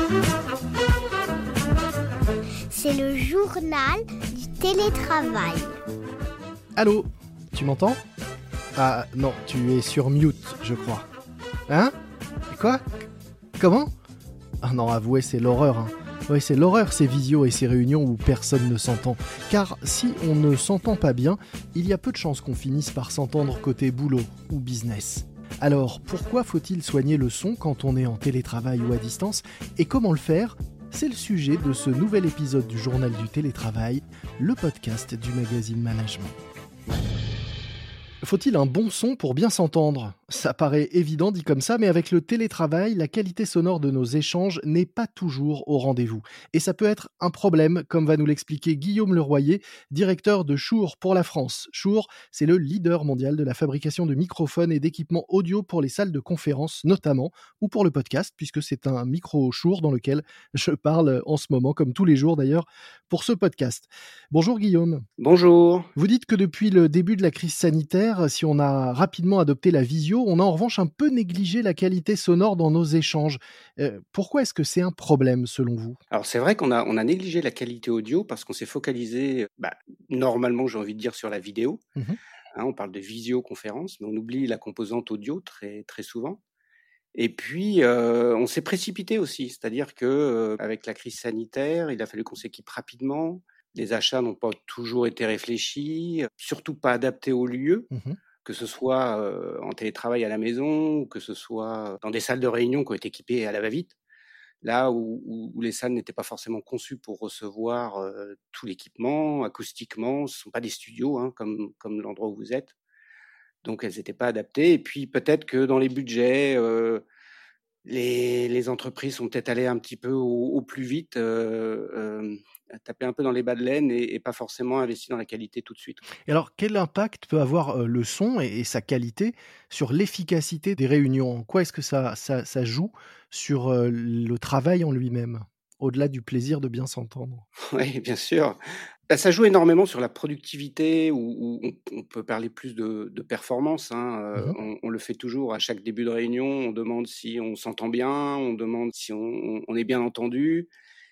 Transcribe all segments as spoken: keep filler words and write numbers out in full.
C'est le journal du télétravail. Allô, tu m'entends ? Ah non, tu es sur mute, je crois. Hein ? Quoi ? Comment ? Ah non, avouez, c'est l'horreur. Hein. Oui, c'est l'horreur ces visios et ces réunions où personne ne s'entend. Car si on ne s'entend pas bien, il y a peu de chances qu'on finisse par s'entendre côté boulot ou business. Alors, pourquoi faut-il soigner le son quand on est en télétravail ou à distance ? Et comment le faire ? C'est le sujet de ce nouvel épisode du Journal du télétravail, le podcast du magazine Management. Faut-il un bon son pour bien s'entendre ? Ça paraît évident dit comme ça, mais avec le télétravail, la qualité sonore de nos échanges n'est pas toujours au rendez-vous. Et ça peut être un problème, comme va nous l'expliquer Guillaume Leroyer, directeur de Shure pour la France. Shure, c'est le leader mondial de la fabrication de microphones et d'équipements audio pour les salles de conférence notamment, ou pour le podcast, puisque c'est un micro Shure dans lequel je parle en ce moment, comme tous les jours d'ailleurs, pour ce podcast. Bonjour Guillaume. Bonjour. Vous dites que depuis le début de la crise sanitaire, si on a rapidement adopté la visio, on a en revanche un peu négligé la qualité sonore dans nos échanges. Euh, pourquoi est-ce que c'est un problème selon vous ? Alors c'est vrai qu'on a, on a négligé la qualité audio parce qu'on s'est focalisé, bah, normalement j'ai envie de dire sur la vidéo. Mmh. Hein, on parle de visioconférence, mais on oublie la composante audio très, très souvent. Et puis euh, on s'est précipité aussi, c'est-à-dire que euh, avec la crise sanitaire, il a fallu qu'on s'équipe rapidement. Les achats n'ont pas toujours été réfléchis, surtout pas adaptés au lieu. Mmh. Que ce soit euh, en télétravail à la maison, ou que ce soit dans des salles de réunion qui ont été équipées à la va-vite, là où, où, où les salles n'étaient pas forcément conçues pour recevoir euh, tout l'équipement, acoustiquement, ce ne sont pas des studios hein, comme, comme l'endroit où vous êtes, donc elles n'étaient pas adaptées. Et puis peut-être que dans les budgets, euh, les, les entreprises sont peut-être allées un petit peu au, au plus vite, euh, euh, taper un peu dans les bas de laine et, et pas forcément investir dans la qualité tout de suite. Et alors, quel impact peut avoir euh, le son et, et sa qualité sur l'efficacité des réunions ? En quoi est-ce que ça, ça, ça joue sur euh, le travail en lui-même, au-delà du plaisir de bien s'entendre ? Oui, bien sûr. Bah, ça joue énormément sur la productivité, où, où on, on peut parler plus de, de performance. Hein. Euh, Mmh. on, on le fait toujours à chaque début de réunion. On demande si on s'entend bien, on demande si on, on est bien entendu.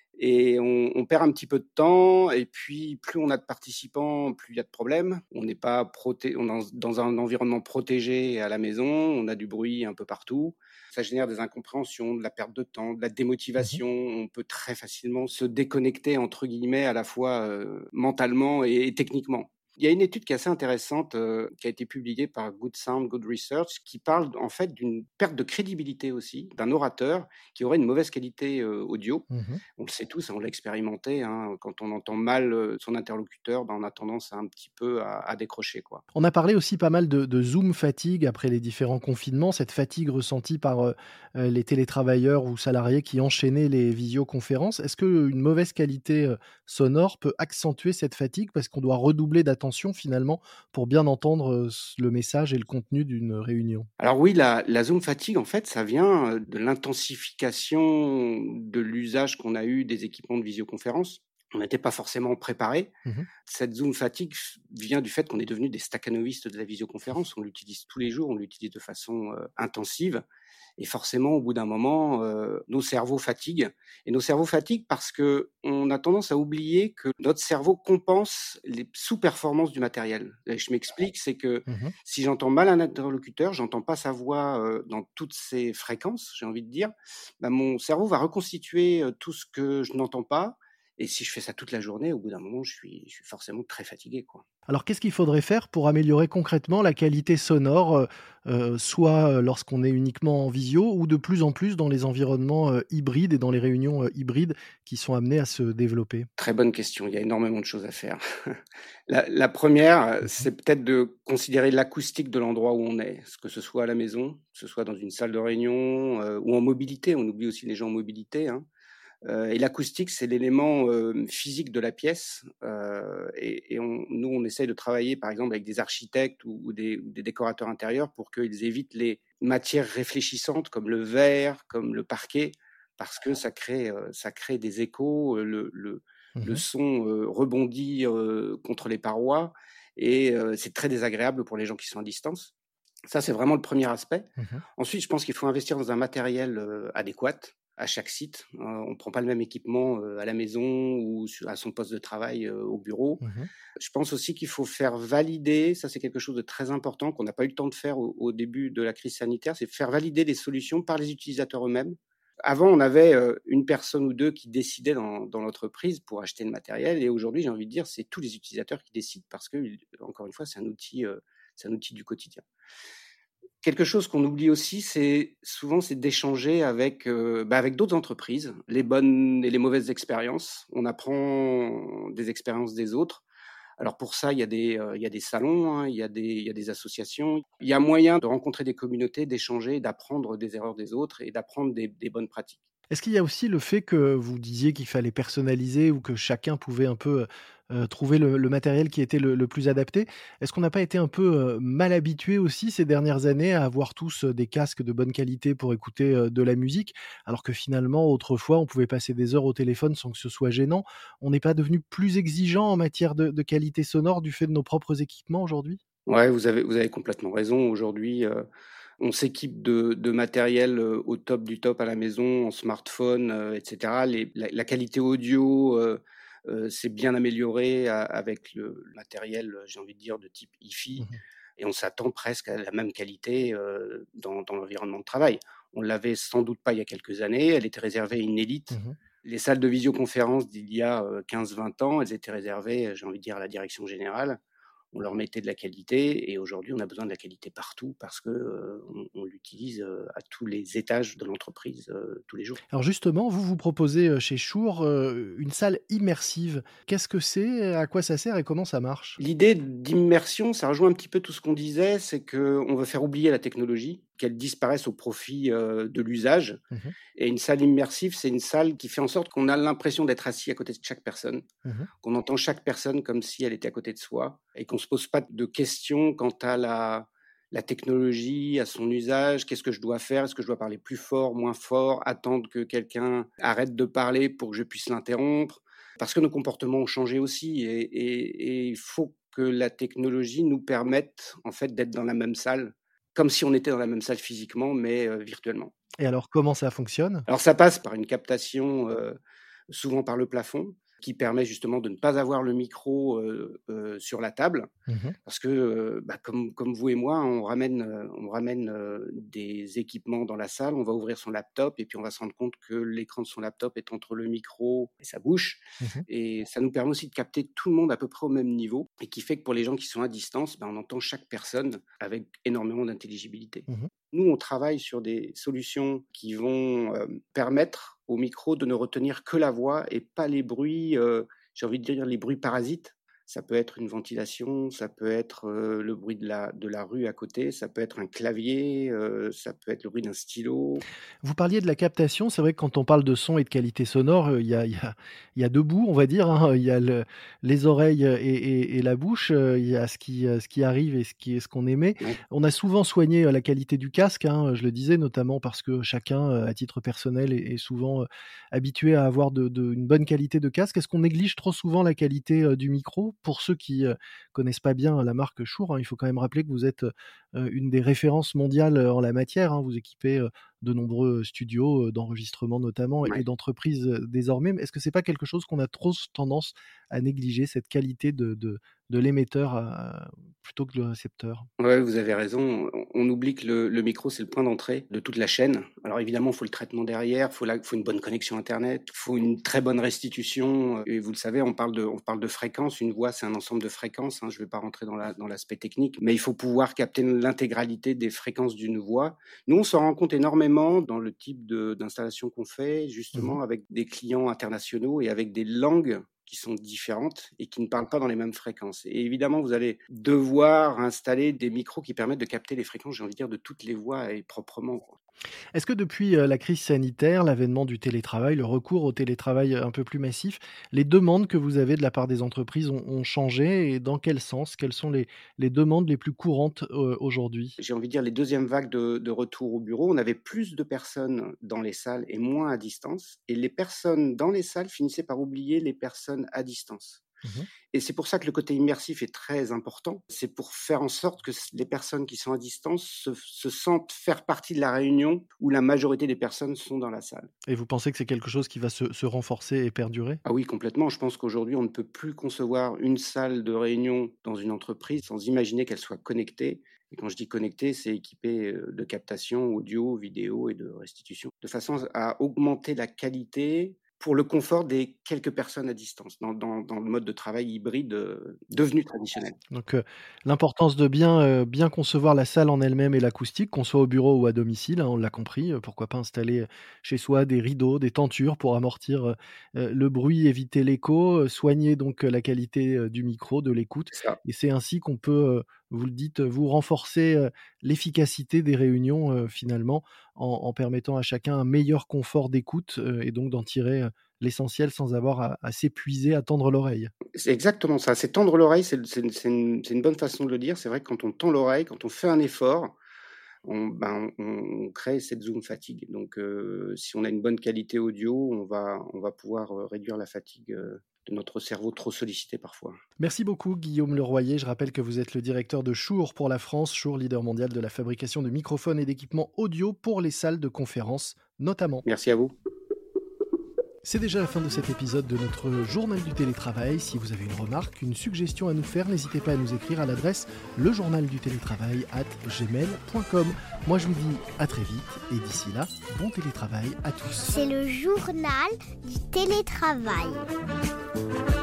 Et on, on perd un petit peu de temps. Et puis, plus on a de participants, plus il y a de problèmes. On n'est pas proté- on est dans, dans un environnement protégé à la maison. On a du bruit un peu partout. Ça génère des incompréhensions, de la perte de temps, de la démotivation. On peut très facilement se déconnecter, entre guillemets, à la fois euh, mentalement et, et techniquement. Il y a une étude qui est assez intéressante euh, qui a été publiée par Good Sound, Good Research, qui parle en fait d'une perte de crédibilité aussi d'un orateur qui aurait une mauvaise qualité euh, audio. Mmh. On le sait tous, on l'a expérimenté. Hein, quand on entend mal euh, son interlocuteur, ben on a tendance à un petit peu à, à décrocher, quoi. On a parlé aussi pas mal de, de Zoom fatigue après les différents confinements, cette fatigue ressentie par euh, euh, les télétravailleurs ou salariés qui enchaînaient les visioconférences. Est-ce qu'une mauvaise qualité euh, sonore peut accentuer cette fatigue parce qu'on doit redoubler d'attention finalement pour bien entendre euh, le message et le contenu d'une réunion ? Alors oui, la, la Zoom fatigue, en fait, ça vient euh, de l'intensification de l'usage qu'on a eu des équipements de visioconférence. On n'était pas forcément préparé. Mmh. Cette Zoom fatigue vient du fait qu'on est devenu des staccanovistes de la visioconférence. On l'utilise tous les jours, on l'utilise de façon euh, intensive. Et forcément, au bout d'un moment, euh, nos cerveaux fatiguent. Et nos cerveaux fatiguent parce que on a tendance à oublier que notre cerveau compense les sous-performances du matériel. Et je m'explique, c'est que Mmh. si j'entends mal un interlocuteur, j'entends pas sa voix euh, dans toutes ses fréquences, j'ai envie de dire, bah, mon cerveau va reconstituer euh, tout ce que je n'entends pas. Et si je fais ça toute la journée, au bout d'un moment, je suis, je suis forcément très fatigué, quoi. Alors, qu'est-ce qu'il faudrait faire pour améliorer concrètement la qualité sonore, euh, euh, soit euh, lorsqu'on est uniquement en visio ou de plus en plus dans les environnements euh, hybrides et dans les réunions euh, hybrides qui sont amenées à se développer ? Très bonne question. Il y a énormément de choses à faire. la, la première, Mhm. c'est peut-être de considérer l'acoustique de l'endroit où on est, que ce soit à la maison, que ce soit dans une salle de réunion euh, ou en mobilité. On oublie aussi les gens en mobilité, hein. Euh, et l'acoustique, c'est l'élément euh, physique de la pièce. Euh, et et on, nous, on essaye de travailler, par exemple, avec des architectes ou, ou, des, ou des décorateurs intérieurs pour qu'ils évitent les matières réfléchissantes comme le verre, comme le parquet, parce que ça crée, euh, ça crée des échos. euh, Le, le, le Mhm. son euh, rebondit euh, contre les parois et euh, c'est très désagréable pour les gens qui sont à distance. Ça, c'est vraiment le premier aspect. Mhm. Ensuite, je pense qu'il faut investir dans un matériel euh, adéquat, à chaque site. Euh, on ne prend pas le même équipement euh, à la maison ou sur, à son poste de travail euh, au bureau. Mmh. Je pense aussi qu'il faut faire valider, ça c'est quelque chose de très important qu'on n'a pas eu le temps de faire au, au début de la crise sanitaire, c'est faire valider les solutions par les utilisateurs eux-mêmes. Avant, on avait euh, une personne ou deux qui décidaient dans, dans l'entreprise pour acheter le matériel, et aujourd'hui, j'ai envie de dire, c'est tous les utilisateurs qui décident parce que, encore une fois, c'est un outil, euh, c'est un outil du quotidien. Quelque chose qu'on oublie aussi, c'est souvent c'est d'échanger avec, euh, bah, avec d'autres entreprises, les bonnes et les mauvaises expériences. On apprend des expériences des autres. Alors pour ça, il y a des, euh, il y a des salons, hein, il y a des, il y a des associations. Il y a moyen de rencontrer des communautés, d'échanger, d'apprendre des erreurs des autres et d'apprendre des, des bonnes pratiques. Est-ce qu'il y a aussi le fait que vous disiez qu'il fallait personnaliser ou que chacun pouvait un peu, heu trouver le le matériel qui était le le plus adapté? Est-ce qu'on n'a pas été un peu, heu, mal habitués aussi ces dernières années à avoir tous, heu, des casques de bonne qualité pour écouter, heu, de la musique? Alors que finalement autrefois on pouvait passer des heures au téléphone sans que ce soit gênant. On n'est pas devenu plus exigeant en matière de de qualité sonore du fait de nos propres équipements aujourd'hui? Ouais, vous avez, vous avez complètement raison. Aujourd'hui, euh, on s'équipe de, de matériel euh, au top du top à la maison, en smartphone, euh, et cetera. Les- la, la qualité audio euh, euh, s'est bien améliorée a- avec le matériel, j'ai envie de dire, de type hi-fi. Mmh. Et on s'attend presque à la même qualité euh, dans, dans l'environnement de travail. On l'avait sans doute pas il y a quelques années. Elle était réservée à une élite. Mmh. Les salles de visioconférence d'il y a euh, quinze vingt ans, elles étaient réservées, j'ai envie de dire, à la direction générale. On leur mettait de la qualité, et aujourd'hui on a besoin de la qualité partout parce que euh, on, on l'utilise euh, à tous les étages de l'entreprise euh, tous les jours. Alors justement, vous vous proposez, heu, chez Shure, heu, une salle immersive. Qu'est-ce que c'est? À quoi ça sert et comment ça marche? L'idée d'immersion, ça rejoint un petit peu tout ce qu'on disait, c'est qu'on veut faire oublier la technologie, qu'elle disparaisse au profit euh, de l'usage. Mmh. Et une salle immersive, c'est une salle qui fait en sorte qu'on a l'impression d'être assis à côté de chaque personne, Mmh. qu'on entend chaque personne comme si elle était à côté de soi, et qu'on ne se pose pas de questions quant à la, la technologie, à son usage, qu'est-ce que je dois faire, est-ce que je dois parler plus fort, moins fort, attendre que quelqu'un arrête de parler pour que je puisse l'interrompre, parce que nos comportements ont changé aussi, et, et, et il faut que la technologie nous permette en fait d'être dans la même salle, comme si on était dans la même salle physiquement, mais euh, virtuellement. Et alors comment ça fonctionne? Alors ça passe par une captation, heu, souvent par le plafond, qui permet justement de ne pas avoir le micro, heu heu, sur la table. Mmh. Parce que, heu, bah, comme comme vous et moi, on ramène, heu, on ramène, heu, des équipements dans la salle, on va ouvrir son laptop et puis on va se rendre compte que l'écran de son laptop est entre le micro et sa bouche, Mmh. et ça nous permet aussi de capter tout le monde à peu près au même niveau, et qui fait que pour les gens qui sont à distance, bah, on entend chaque personne avec énormément d'intelligibilité. Mmh. Nous, on travaille sur des solutions qui vont euh, permettre au micro de ne retenir que la voix et pas les bruits, euh, j'ai envie de dire les bruits parasites. Ça peut être une ventilation, ça peut être euh, le bruit de la, de la rue à côté, ça peut être un clavier, euh, ça peut être le bruit d'un stylo. Vous parliez de la captation, c'est vrai que quand on parle de son et de qualité sonore, heu, il y a il y a il y a deux bouts, on va dire, hein. Il y a le les oreilles, et et et la bouche, heu, il y a ce qui, heu, ce qui arrive et ce qui est ce qu'on émet. Ouais. On a souvent soigné, heu, la qualité du casque, hein, je le disais, notamment parce que chacun, heu, à titre personnel est est souvent, heu, habitué à avoir de de une bonne qualité de casque. Est-ce qu'on néglige trop souvent la qualité, heu, du micro? Pour ceux qui, heu, connaissent pas bien la marque Shure, hein, il faut quand même rappeler que vous êtes, heu, une des références mondiales, heu, en la matière, hein. Vous équipez, heu, de nombreux studios, heu, d'enregistrement notamment et Ouais. d'entreprises, heu, désormais. Mais est-ce que c'est pas quelque chose qu'on a trop s tendance à négliger, cette qualité de de de l'émetteur à plutôt que le récepteur? Ouais, vous avez raison. On, on oublie que le, le micro, c'est le point d'entrée de toute la chaîne. Alors évidemment, il faut le traitement derrière, il faut, la- faut une bonne connexion Internet, il faut une très bonne restitution. Et vous le savez, on parle de, on parle de fréquences. Une voix, c'est un ensemble de fréquences, hein. Je ne vais pas rentrer dans la, dans l'aspect technique, mais il faut pouvoir capter l'intégralité des fréquences d'une voix. Nous, on se rend compte énormément dans le type de- d'installation qu'on fait, Mmh. justement avec des clients internationaux et avec des langues qui sont différentes et qui ne parlent pas dans les mêmes fréquences. Et évidemment, vous allez devoir installer des micros qui permettent de capter les fréquences, j'ai envie de dire, de toutes les voix et proprement, quoi. Est-ce que depuis, heu, la crise sanitaire, l'avènement du télétravail, le recours au télétravail, heu, un peu plus massif, les demandes que vous avez de la part des entreprises ont ont changé et dans quel sens? Quelles sont les les demandes les plus courantes, heu, aujourd'hui? J'ai envie de dire, les deuxièmes vagues de, de retour au bureau, on avait plus de personnes dans les salles et moins à distance. Et les personnes dans les salles finissaient par oublier les personnes à distance. Mmh. Et c'est pour ça que le côté immersif est très important. C'est pour faire en sorte que les personnes qui sont à distance se, se sentent faire partie de la réunion où la majorité des personnes sont dans la salle. Et vous pensez que c'est quelque chose qui va se, se renforcer et perdurer? Ah oui, complètement. Je pense qu'aujourd'hui, on ne peut plus concevoir une salle de réunion dans une entreprise sans imaginer qu'elle soit connectée. Et quand je dis connectée, c'est équipé de captation audio, vidéo et de restitution, de façon à augmenter la qualité pour le confort des quelques personnes à distance, dans, dans, dans le mode de travail hybride euh, devenu traditionnel. Donc, euh, l'importance de bien, euh, bien concevoir la salle en elle-même et l'acoustique, qu'on soit au bureau ou à domicile, hein, on l'a compris. Euh, pourquoi pas installer chez soi des rideaux, des tentures pour amortir euh, euh, le bruit, éviter l'écho, euh, soigner donc euh, la qualité euh, du micro, de l'écoute. C'est ça. Et c'est ainsi qu'on peut, euh, vous le dites, vous renforcer euh, l'efficacité des réunions euh, finalement, en, en permettant à chacun un meilleur confort d'écoute euh, et donc d'en tirer euh, l'essentiel sans avoir à, à s'épuiser, à tendre l'oreille. C'est exactement ça. C'est tendre l'oreille, c'est, c'est, c'est, une, c'est une bonne façon de le dire. C'est vrai que quand on tend l'oreille, quand on fait un effort, on, ben, on, on crée cette zoom fatigue. Donc, euh, si on a une bonne qualité audio, on va, on va pouvoir euh, réduire la fatigue euh, de notre cerveau trop sollicité parfois. Merci beaucoup Guillaume Leroyer. Je rappelle que vous êtes le directeur de Shure pour la France, Shure leader mondial de la fabrication de microphones et d'équipements audio pour les salles de conférence notamment. Merci à vous. C'est déjà la fin de cet épisode de notre journal du télétravail. Si vous avez une remarque, une suggestion à nous faire, n'hésitez pas à nous écrire à l'adresse lejournaldutélétravail arobase gmail point com. Moi je vous dis à très vite et d'ici là, bon télétravail à tous. C'est le journal du télétravail.